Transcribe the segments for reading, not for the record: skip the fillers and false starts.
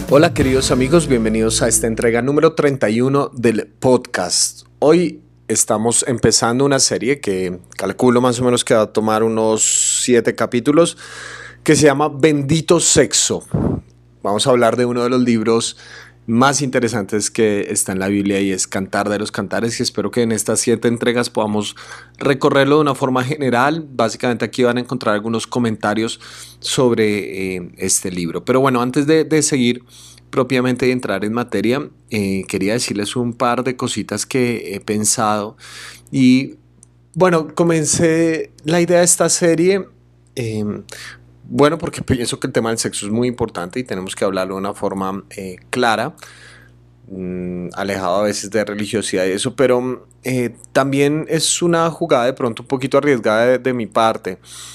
Hola queridos amigos, bienvenidos a esta entrega número 31 del podcast. Hoy estamos empezando una serie que calculo más o menos que va a tomar unos 7 capítulos, que se llama Bendito Sexo. Vamos a hablar de uno de los libros más interesantes que está en la Biblia y es Cantar de los Cantares, y espero que en estas 7 entregas podamos recorrerlo de una forma general. Básicamente aquí van a encontrar algunos comentarios sobre este libro. Pero bueno, antes de seguir propiamente y entrar en materia, quería decirles un par de cositas que he pensado. Y bueno, comencé la idea de esta serie, eh, bueno, porque pienso que el tema del sexo es muy importante y tenemos que hablarlo de una forma clara, alejado a veces de religiosidad y eso, pero también es una jugada de pronto un poquito arriesgada de mi parte.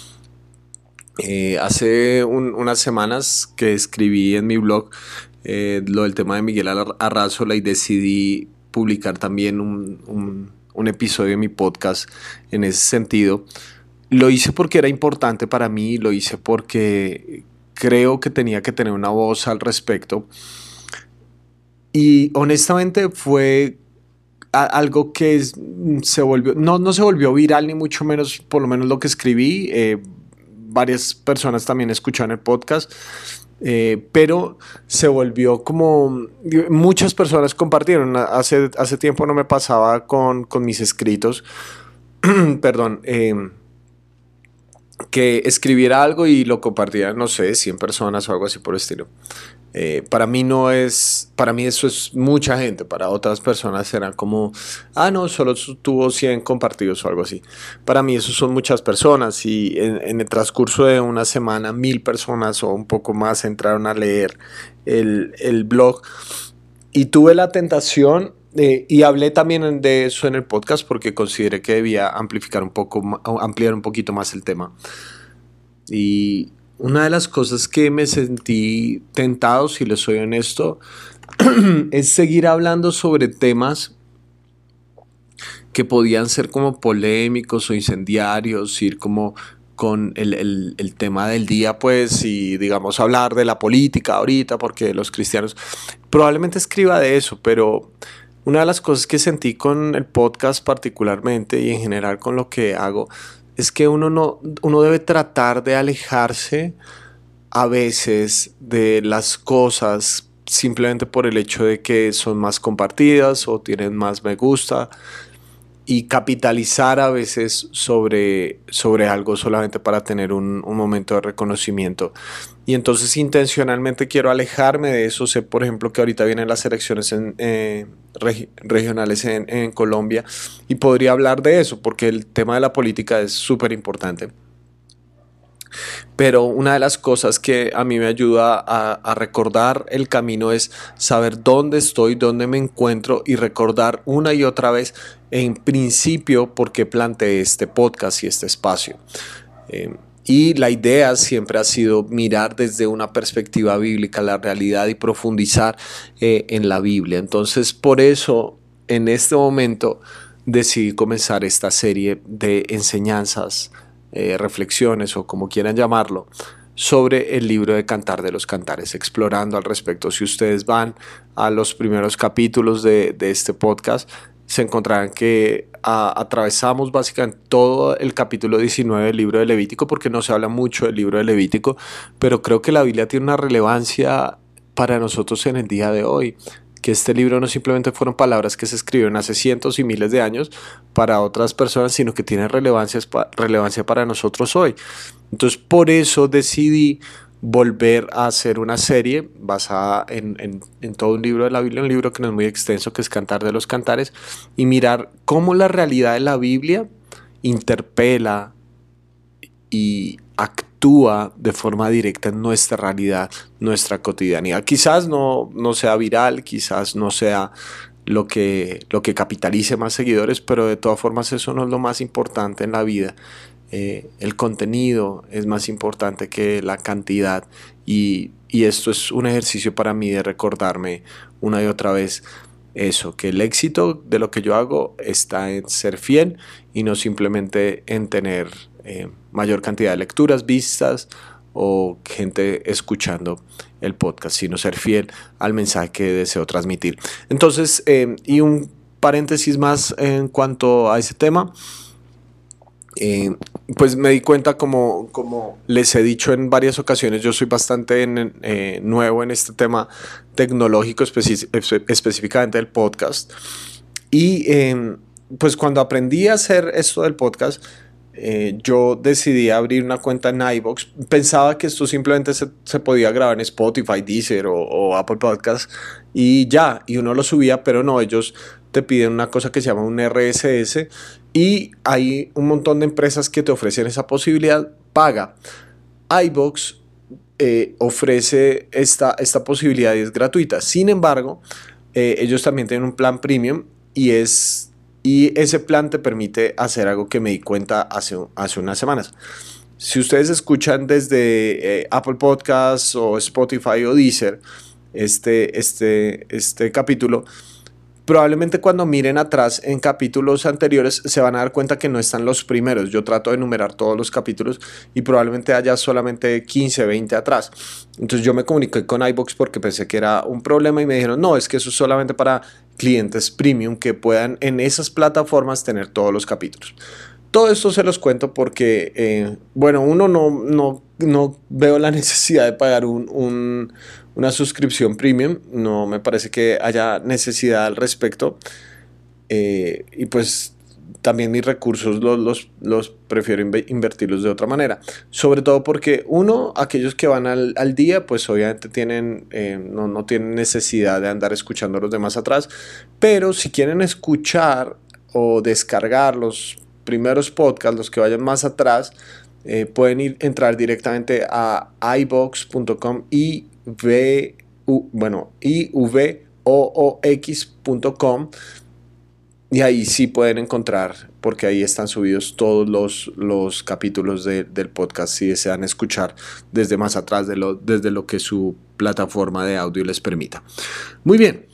Hace unas semanas que escribí en mi blog lo del tema de Miguel Arrazola y decidí publicar también un episodio de mi podcast en ese sentido. Lo hice porque era importante para mí, lo hice porque creo que tenía que tener una voz al respecto. Y honestamente fue algo que se volvió, no se volvió viral, ni mucho menos, por lo menos lo que escribí. Varias personas también escucharon el podcast, pero se volvió como muchas personas compartieron. Hace tiempo no me pasaba con mis escritos, perdón, que escribiera algo y lo compartiera, no sé, 100 personas o algo así por el estilo. Para mí no es, para mí eso es mucha gente, para otras personas serán como, no, solo tuvo 100 compartidos o algo así. Para mí eso son muchas personas y en el transcurso de una semana 1000 personas o un poco más entraron a leer el blog y tuve la tentación. Y hablé también de eso en el podcast porque consideré que debía ampliar un poquito más el tema. Y una de las cosas que me sentí tentado, si les soy honesto, es seguir hablando sobre temas que podían ser como polémicos o incendiarios, ir como con el tema del día, pues, y digamos hablar de la política ahorita, porque los cristianos, probablemente escriba de eso, pero una de las cosas que sentí con el podcast particularmente y en general con lo que hago es que uno debe tratar de alejarse a veces de las cosas simplemente por el hecho de que son más compartidas o tienen más me gusta, y capitalizar a veces sobre algo solamente para tener un momento de reconocimiento. Y entonces intencionalmente quiero alejarme de eso. Sé, por ejemplo, que ahorita vienen las elecciones regionales en Colombia y podría hablar de eso porque el tema de la política es súper importante. Pero una de las cosas que a mí me ayuda a recordar el camino es saber dónde estoy, dónde me encuentro y recordar una y otra vez en principio por qué planteé este podcast y este espacio. Y la idea siempre ha sido mirar desde una perspectiva bíblica la realidad y profundizar en la Biblia. Entonces, por eso, en este momento, decidí comenzar esta serie de enseñanzas, reflexiones o como quieran llamarlo, sobre el libro de Cantar de los Cantares, explorando al respecto. Si ustedes van a los primeros capítulos de este podcast, se encontrarán que atravesamos básicamente todo el capítulo 19 del libro de Levítico, porque no se habla mucho del libro de Levítico, pero creo que la Biblia tiene una relevancia para nosotros en el día de hoy, que este libro no simplemente fueron palabras que se escribieron hace cientos y miles de años para otras personas, sino que tiene relevancia para nosotros hoy. Entonces, por eso decidí volver a hacer una serie basada en todo un libro de la Biblia, un libro que no es muy extenso, que es Cantar de los Cantares, y mirar cómo la realidad de la Biblia interpela y actúa de forma directa en nuestra realidad, nuestra cotidianidad. Quizás no sea viral, quizás no sea lo que capitalice más seguidores, pero de todas formas eso no es lo más importante en la vida. El contenido es más importante que la cantidad, y esto es un ejercicio para mí de recordarme una y otra vez eso, que el éxito de lo que yo hago está en ser fiel y no simplemente en tener mayor cantidad de lecturas, vistas o gente escuchando el podcast, sino ser fiel al mensaje que deseo transmitir. Entonces, y un paréntesis más en cuanto a ese tema. Pues me di cuenta, como les he dicho en varias ocasiones, yo soy bastante nuevo en este tema tecnológico, específicamente del podcast. Y pues cuando aprendí a hacer esto del podcast, yo decidí abrir una cuenta en iVoox. Pensaba que esto simplemente se podía grabar en Spotify, Deezer o Apple Podcast y ya, y uno lo subía, pero no, ellos te piden una cosa que se llama un RSS y hay un montón de empresas que te ofrecen esa posibilidad paga. iVoox ofrece esta posibilidad y es gratuita. Sin embargo, ellos también tienen un plan premium y ese plan te permite hacer algo que me di cuenta hace unas semanas. Si ustedes escuchan desde Apple Podcasts o Spotify o Deezer este capítulo, probablemente cuando miren atrás en capítulos anteriores se van a dar cuenta que no están los primeros. Yo trato de enumerar todos los capítulos y probablemente haya solamente 15, 20 atrás. Entonces yo me comuniqué con iVoox porque pensé que era un problema y me dijeron, no, es que eso es solamente para clientes premium que puedan en esas plataformas tener todos los capítulos. Todo esto se los cuento porque, bueno, uno no veo la necesidad de pagar una suscripción premium, no me parece que haya necesidad al respecto, y pues también mis recursos los prefiero invertirlos de otra manera, sobre todo porque aquellos que van al día, pues obviamente no tienen necesidad de andar escuchando a los demás atrás, pero si quieren escuchar o descargar los primeros podcasts, los que vayan más atrás, pueden entrar directamente a iVoox.com ivoox.com y ahí sí pueden encontrar, porque ahí están subidos todos los capítulos del podcast si desean escuchar desde más atrás, desde lo que su plataforma de audio les permita. Muy bien.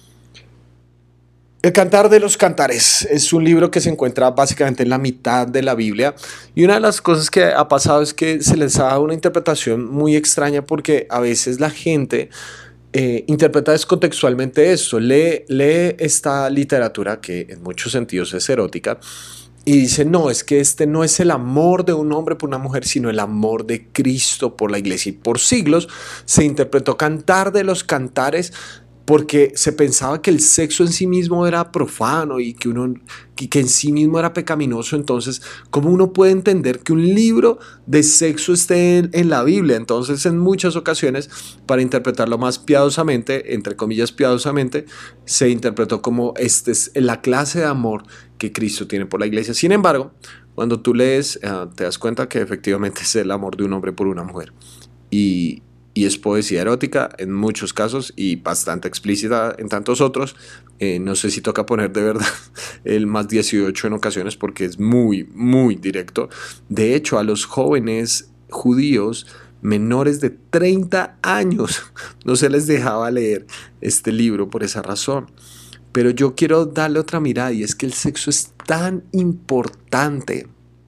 El Cantar de los Cantares es un libro que se encuentra básicamente en la mitad de la Biblia y una de las cosas que ha pasado es que se les ha dado una interpretación muy extraña porque a veces la gente interpreta descontextualmente eso, lee esta literatura que en muchos sentidos es erótica y dice, no, es que este no es el amor de un hombre por una mujer, sino el amor de Cristo por la iglesia. Y por siglos se interpretó Cantar de los Cantares porque se pensaba que el sexo en sí mismo era profano y que en sí mismo era pecaminoso. Entonces, ¿cómo uno puede entender que un libro de sexo esté en la Biblia? Entonces, en muchas ocasiones, para interpretarlo más piadosamente, entre comillas piadosamente, se interpretó como esta es la clase de amor que Cristo tiene por la iglesia. Sin embargo, cuando tú lees, te das cuenta que efectivamente es el amor de un hombre por una mujer. Y es poesía erótica en muchos casos y bastante explícita en tantos otros. No sé si toca poner de verdad el más 18 en ocasiones porque es muy, muy directo. De hecho, a los jóvenes judíos menores de 30 años no se les dejaba leer este libro por esa razón. Pero yo quiero darle otra mirada y es que el sexo es tan importante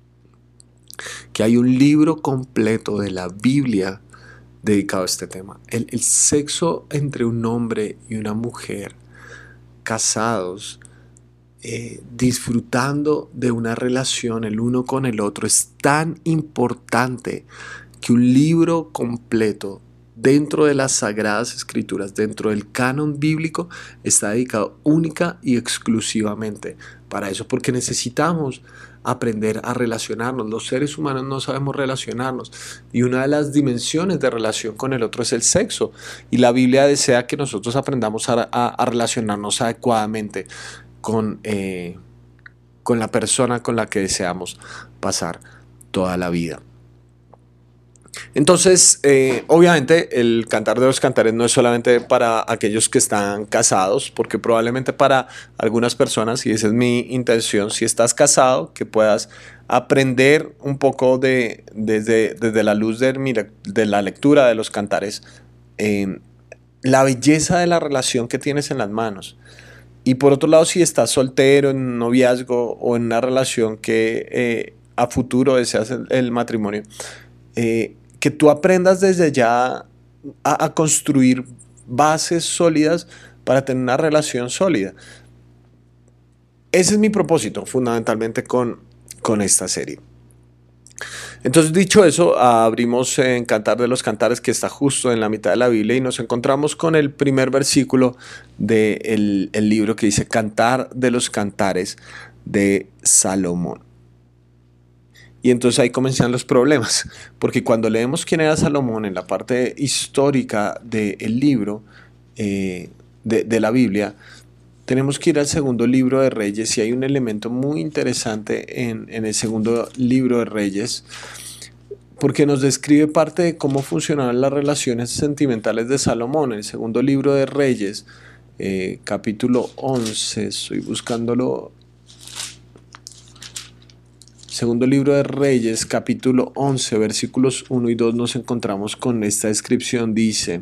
que hay un libro completo de la Biblia dedicado a este tema. El sexo entre un hombre y una mujer casados, disfrutando de una relación el uno con el otro, es tan importante que un libro completo dentro de las Sagradas Escrituras, dentro del canon bíblico, está dedicado única y exclusivamente para eso, porque necesitamos aprender a relacionarnos. Los seres humanos no sabemos relacionarnos y una de las dimensiones de relación con el otro es el sexo, y la Biblia desea que nosotros aprendamos a relacionarnos adecuadamente con la persona con la que deseamos pasar toda la vida. Entonces, obviamente el Cantar de los Cantares no es solamente para aquellos que están casados, porque probablemente para algunas personas, y esa es mi intención, si estás casado, que puedas aprender un poco desde la luz de la lectura de los cantares, la belleza de la relación que tienes en las manos. Y por otro lado, si estás soltero, en un noviazgo o en una relación que a futuro deseas el matrimonio, que tú aprendas desde ya a construir bases sólidas para tener una relación sólida. Ese es mi propósito fundamentalmente con esta serie. Entonces, dicho eso, abrimos en Cantar de los Cantares, que está justo en la mitad de la Biblia, y nos encontramos con el primer versículo del el libro que dice Cantar de los Cantares de Salomón. Y entonces ahí comienzan los problemas, porque cuando leemos quién era Salomón en la parte histórica del libro de la Biblia, tenemos que ir al segundo libro de Reyes, y hay un elemento muy interesante en el segundo libro de Reyes, porque nos describe parte de cómo funcionaban las relaciones sentimentales de Salomón. En el segundo libro de Reyes, capítulo 11, estoy buscándolo. Segundo libro de Reyes, capítulo 11, versículos 1 y 2, nos encontramos con esta descripción. Dice,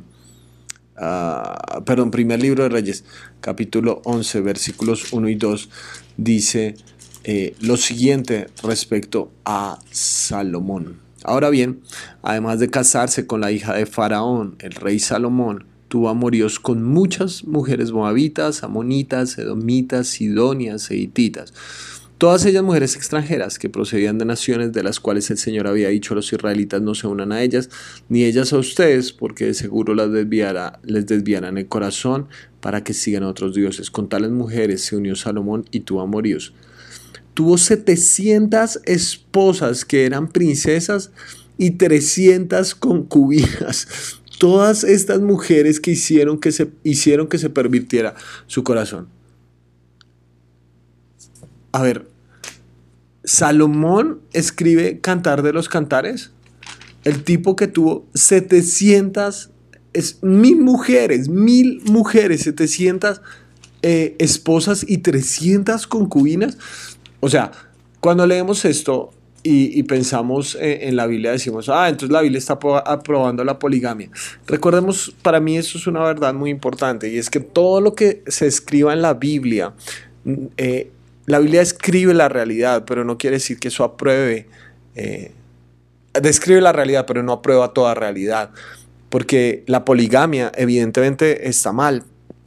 primer libro de Reyes, capítulo 11, versículos 1 y 2, dice lo siguiente respecto a Salomón. Ahora bien, además de casarse con la hija de Faraón, el rey Salomón tuvo amoríos con muchas mujeres moabitas, amonitas, edomitas, sidonias e hititas. Todas ellas mujeres extranjeras que procedían de naciones de las cuales el Señor había dicho a los israelitas: no se unan a ellas, ni ellas a ustedes, porque de seguro les desviarán el corazón para que sigan a otros dioses. Con tales mujeres se unió Salomón y tuvo amoríos. Tuvo 700 esposas que eran princesas y 300 concubinas. Todas estas mujeres que hicieron que se pervirtiera su corazón. A ver, Salomón escribe Cantar de los Cantares, el tipo que tuvo 700, mil mujeres, 700 esposas y 300 concubinas. O sea, cuando leemos esto y pensamos en la Biblia, decimos, entonces la Biblia está aprobando la poligamia. Recordemos, para mí eso es una verdad muy importante, y es que todo lo que se escriba en la Biblia, la Biblia escribe la realidad, pero no quiere decir que eso apruebe. Describe la realidad, pero no aprueba toda realidad. Porque la poligamia evidentemente está mal.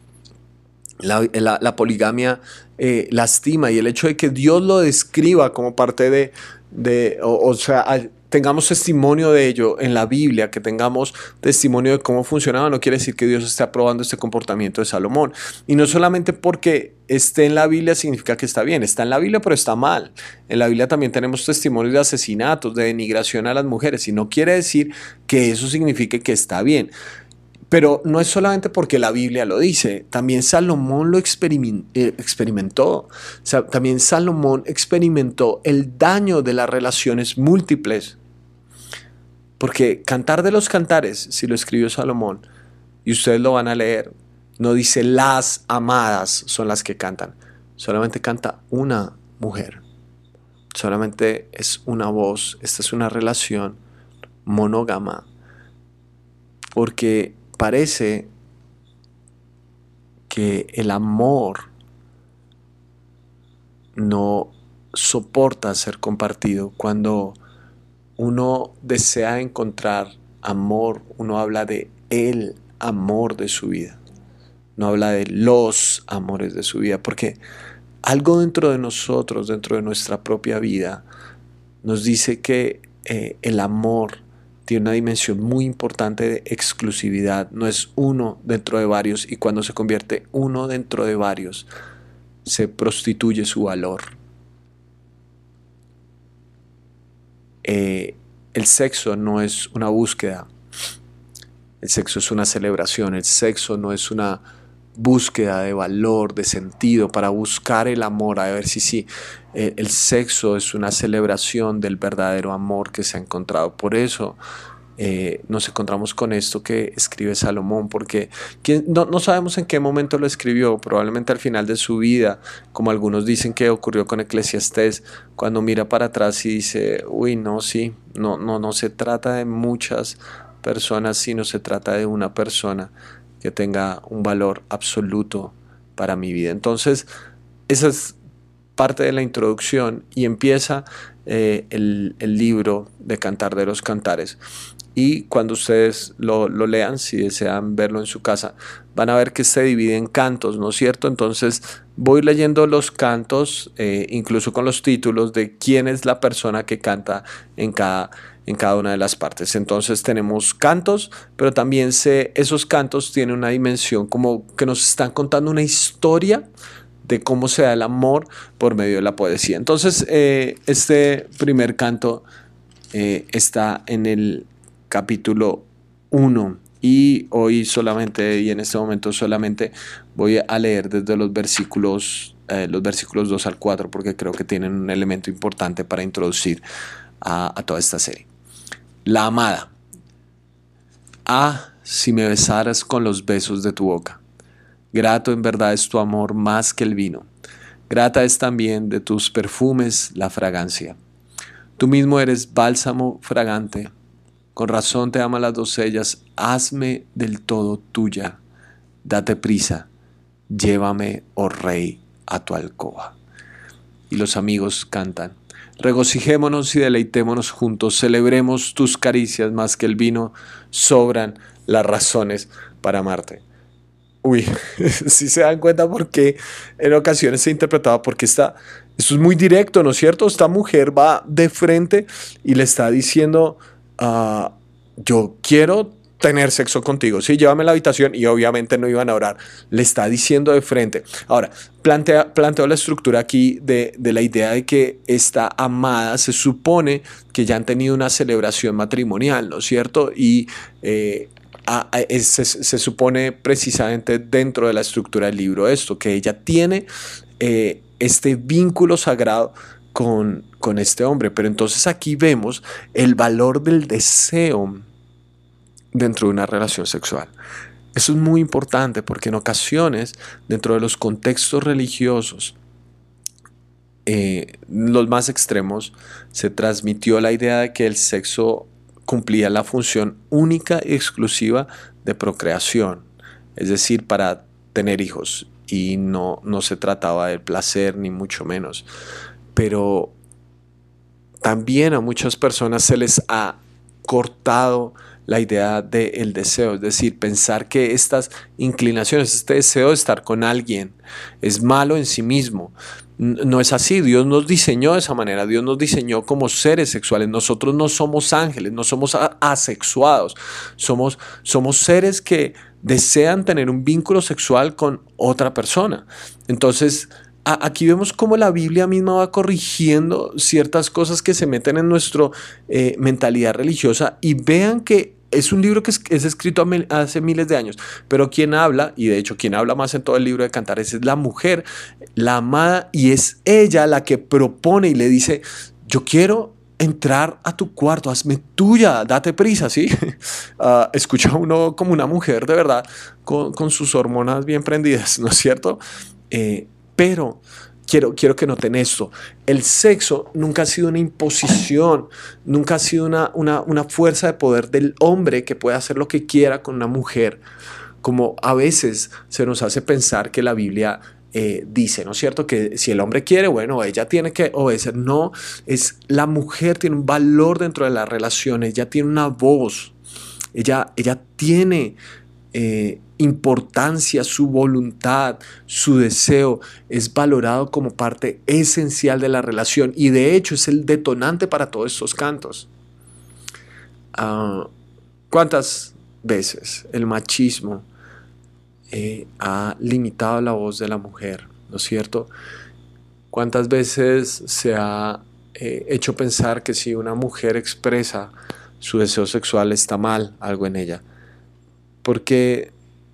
La poligamia lastima, y el hecho de que Dios lo describa como parte o sea, tengamos testimonio de ello en la Biblia, que tengamos testimonio de cómo funcionaba, no quiere decir que Dios esté aprobando este comportamiento de Salomón. Y no solamente porque esté en la Biblia significa que está bien, está en la Biblia pero está mal. En la Biblia también tenemos testimonios de asesinatos, de denigración a las mujeres, y no quiere decir que eso signifique que está bien. Pero no es solamente porque la Biblia lo dice, también Salomón lo experimentó. O sea, también Salomón experimentó el daño de las relaciones múltiples. Porque Cantar de los Cantares, si lo escribió Salomón, y ustedes lo van a leer, no dice las amadas son las que cantan. Solamente canta una mujer. Solamente es una voz. Esta es una relación monógama. Porque parece que el amor no soporta ser compartido. Cuando uno desea encontrar amor, uno habla de el amor de su vida, no habla de los amores de su vida, porque algo dentro de nosotros, dentro de nuestra propia vida, nos dice que el amor tiene una dimensión muy importante de exclusividad. No es uno dentro de varios, y cuando se convierte uno dentro de varios, se prostituye su valor. El sexo no es una búsqueda, el sexo es una celebración. El sexo no es una búsqueda de valor, de sentido, para buscar el amor, a ver si sí. El sexo es una celebración del verdadero amor que se ha encontrado. Por eso nos encontramos con esto que escribe Salomón, porque no sabemos en qué momento lo escribió, probablemente al final de su vida, como algunos dicen que ocurrió con Eclesiastés, cuando mira para atrás y dice, uy, no, sí, no se trata de muchas personas, sino se trata de una persona que tenga un valor absoluto para mi vida. Entonces, esa es parte de la introducción, y empieza el libro de Cantar de los Cantares. Y cuando ustedes lo lean, si desean verlo en su casa, van a ver que se divide en cantos, ¿no es cierto? Entonces voy leyendo los cantos, incluso con los títulos de quién es la persona que canta en cada una de las partes. Entonces tenemos cantos, pero también esos cantos tienen una dimensión como que nos están contando una historia de cómo se da el amor por medio de la poesía. Entonces este primer canto está en el capítulo 1 y hoy solamente y en este momento solamente voy a leer desde los versículos 2 al 4 porque creo que tienen un elemento importante para introducir a toda esta serie. La amada. Ah, si me besaras con los besos de tu boca. Grato en verdad es tu amor más que el vino. Grata es también de tus perfumes la fragancia. Tú mismo eres bálsamo fragante. Con razón te aman las doncellas. Hazme del todo tuya. Date prisa. Llévame, oh rey, a tu alcoba. Y los amigos cantan. Regocijémonos y deleitémonos juntos. Celebremos tus caricias más que el vino. Sobran las razones para amarte. Uy, si se dan cuenta porque en ocasiones se interpretaba porque esto es muy directo, ¿no es cierto? Esta mujer va de frente y le está diciendo, yo quiero tener sexo contigo, sí, llévame a la habitación y obviamente no iban a orar, le está diciendo de frente. Ahora, planteo la estructura aquí de la idea de que esta amada se supone que ya han tenido una celebración matrimonial, ¿no es cierto? Y se supone precisamente dentro de la estructura del libro esto, que ella tiene este vínculo sagrado con este hombre. Pero entonces aquí vemos el valor del deseo dentro de una relación sexual. Eso es muy importante porque en ocasiones, dentro de los contextos religiosos, los más extremos, se transmitió la idea de que el sexo cumplía la función única y exclusiva de procreación, es decir, para tener hijos, y no se trataba del placer ni mucho menos. Pero también a muchas personas se les ha cortado la idea del deseo, es decir, pensar que estas inclinaciones, este deseo de estar con alguien es malo en sí mismo. No es así, Dios nos diseñó de esa manera, Dios nos diseñó como seres sexuales, nosotros no somos ángeles, no somos asexuados, somos seres que desean tener un vínculo sexual con otra persona. Entonces, aquí vemos cómo la Biblia misma va corrigiendo ciertas cosas que se meten en nuestra mentalidad religiosa, y vean que es un libro que es escrito hace miles de años, pero quien habla, y de hecho quien habla más en todo el libro de Cantares, es la mujer, la amada, y es ella la que propone y le dice, yo quiero entrar a tu cuarto, hazme tuya, date prisa, ¿sí? Escucha uno como una mujer de verdad, con sus hormonas bien prendidas, ¿no es cierto? Pero quiero que noten esto, el sexo nunca ha sido una imposición, nunca ha sido una fuerza de poder del hombre que puede hacer lo que quiera con una mujer, como a veces se nos hace pensar que la Biblia dice, ¿no es cierto? Que si el hombre quiere, bueno, ella tiene que obedecer. No, es la mujer tiene un valor dentro de las relaciones, ella tiene una voz, ella tiene importancia, su voluntad, su deseo es valorado como parte esencial de la relación, y de hecho es el detonante para todos estos cantos. ¿Cuántas veces el machismo ha limitado la voz de la mujer, ¿no es cierto? ¿Cuántas veces se ha hecho pensar que si una mujer expresa su deseo sexual está mal algo en ella? Porque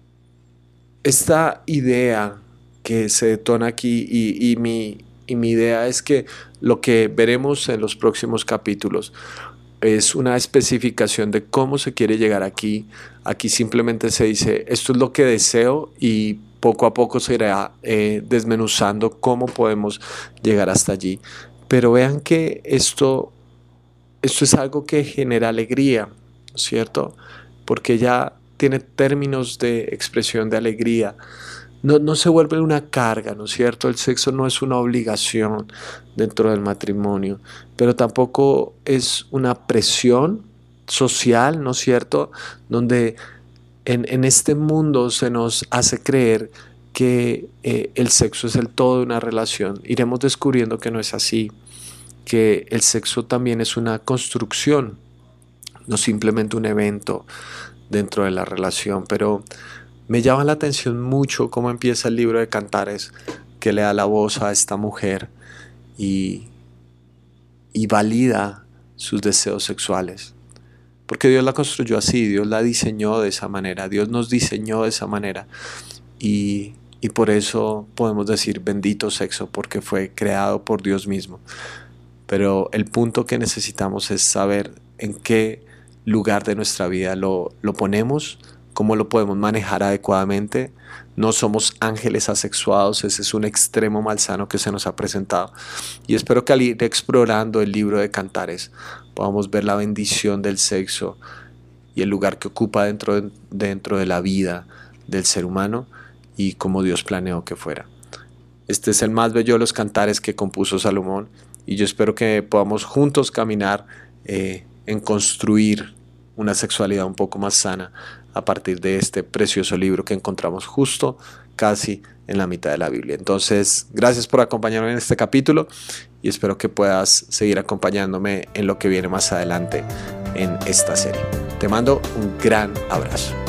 esta idea que se detona aquí, y mi idea es que lo que veremos en los próximos capítulos es una especificación de cómo se quiere llegar aquí. Aquí simplemente se dice, esto es lo que deseo, y poco a poco se irá desmenuzando cómo podemos llegar hasta allí. Pero vean que esto es algo que genera alegría, ¿no es cierto? Porque ya tiene términos de expresión de alegría. no se vuelve una carga, ¿no es cierto? El sexo no es una obligación dentro del matrimonio, pero tampoco es una presión social, ¿no es cierto? Donde en este mundo se nos hace creer que el sexo es el todo de una relación. Iremos descubriendo que no es así, que el sexo también es una construcción, no simplemente un evento dentro de la relación. Pero me llama la atención mucho cómo empieza el libro de Cantares, que le da la voz a esta mujer y, y valida sus deseos sexuales. Porque Dios la construyó así, Dios la diseñó de esa manera, Dios nos diseñó de esa manera. Y por eso podemos decir bendito sexo, porque fue creado por Dios mismo. Pero el punto que necesitamos es saber en qué lugar de nuestra vida lo ponemos, cómo lo podemos manejar adecuadamente. No somos ángeles asexuados, ese es un extremo malsano que se nos ha presentado. Y espero que al ir explorando el libro de Cantares podamos ver la bendición del sexo y el lugar que ocupa dentro de la vida del ser humano y cómo Dios planeó que fuera. Este es el más bello de los cantares que compuso Salomón y yo espero que podamos juntos caminar en construir una sexualidad un poco más sana a partir de este precioso libro que encontramos justo casi en la mitad de la Biblia. Entonces, gracias por acompañarme en este capítulo y espero que puedas seguir acompañándome en lo que viene más adelante en esta serie. Te mando un gran abrazo.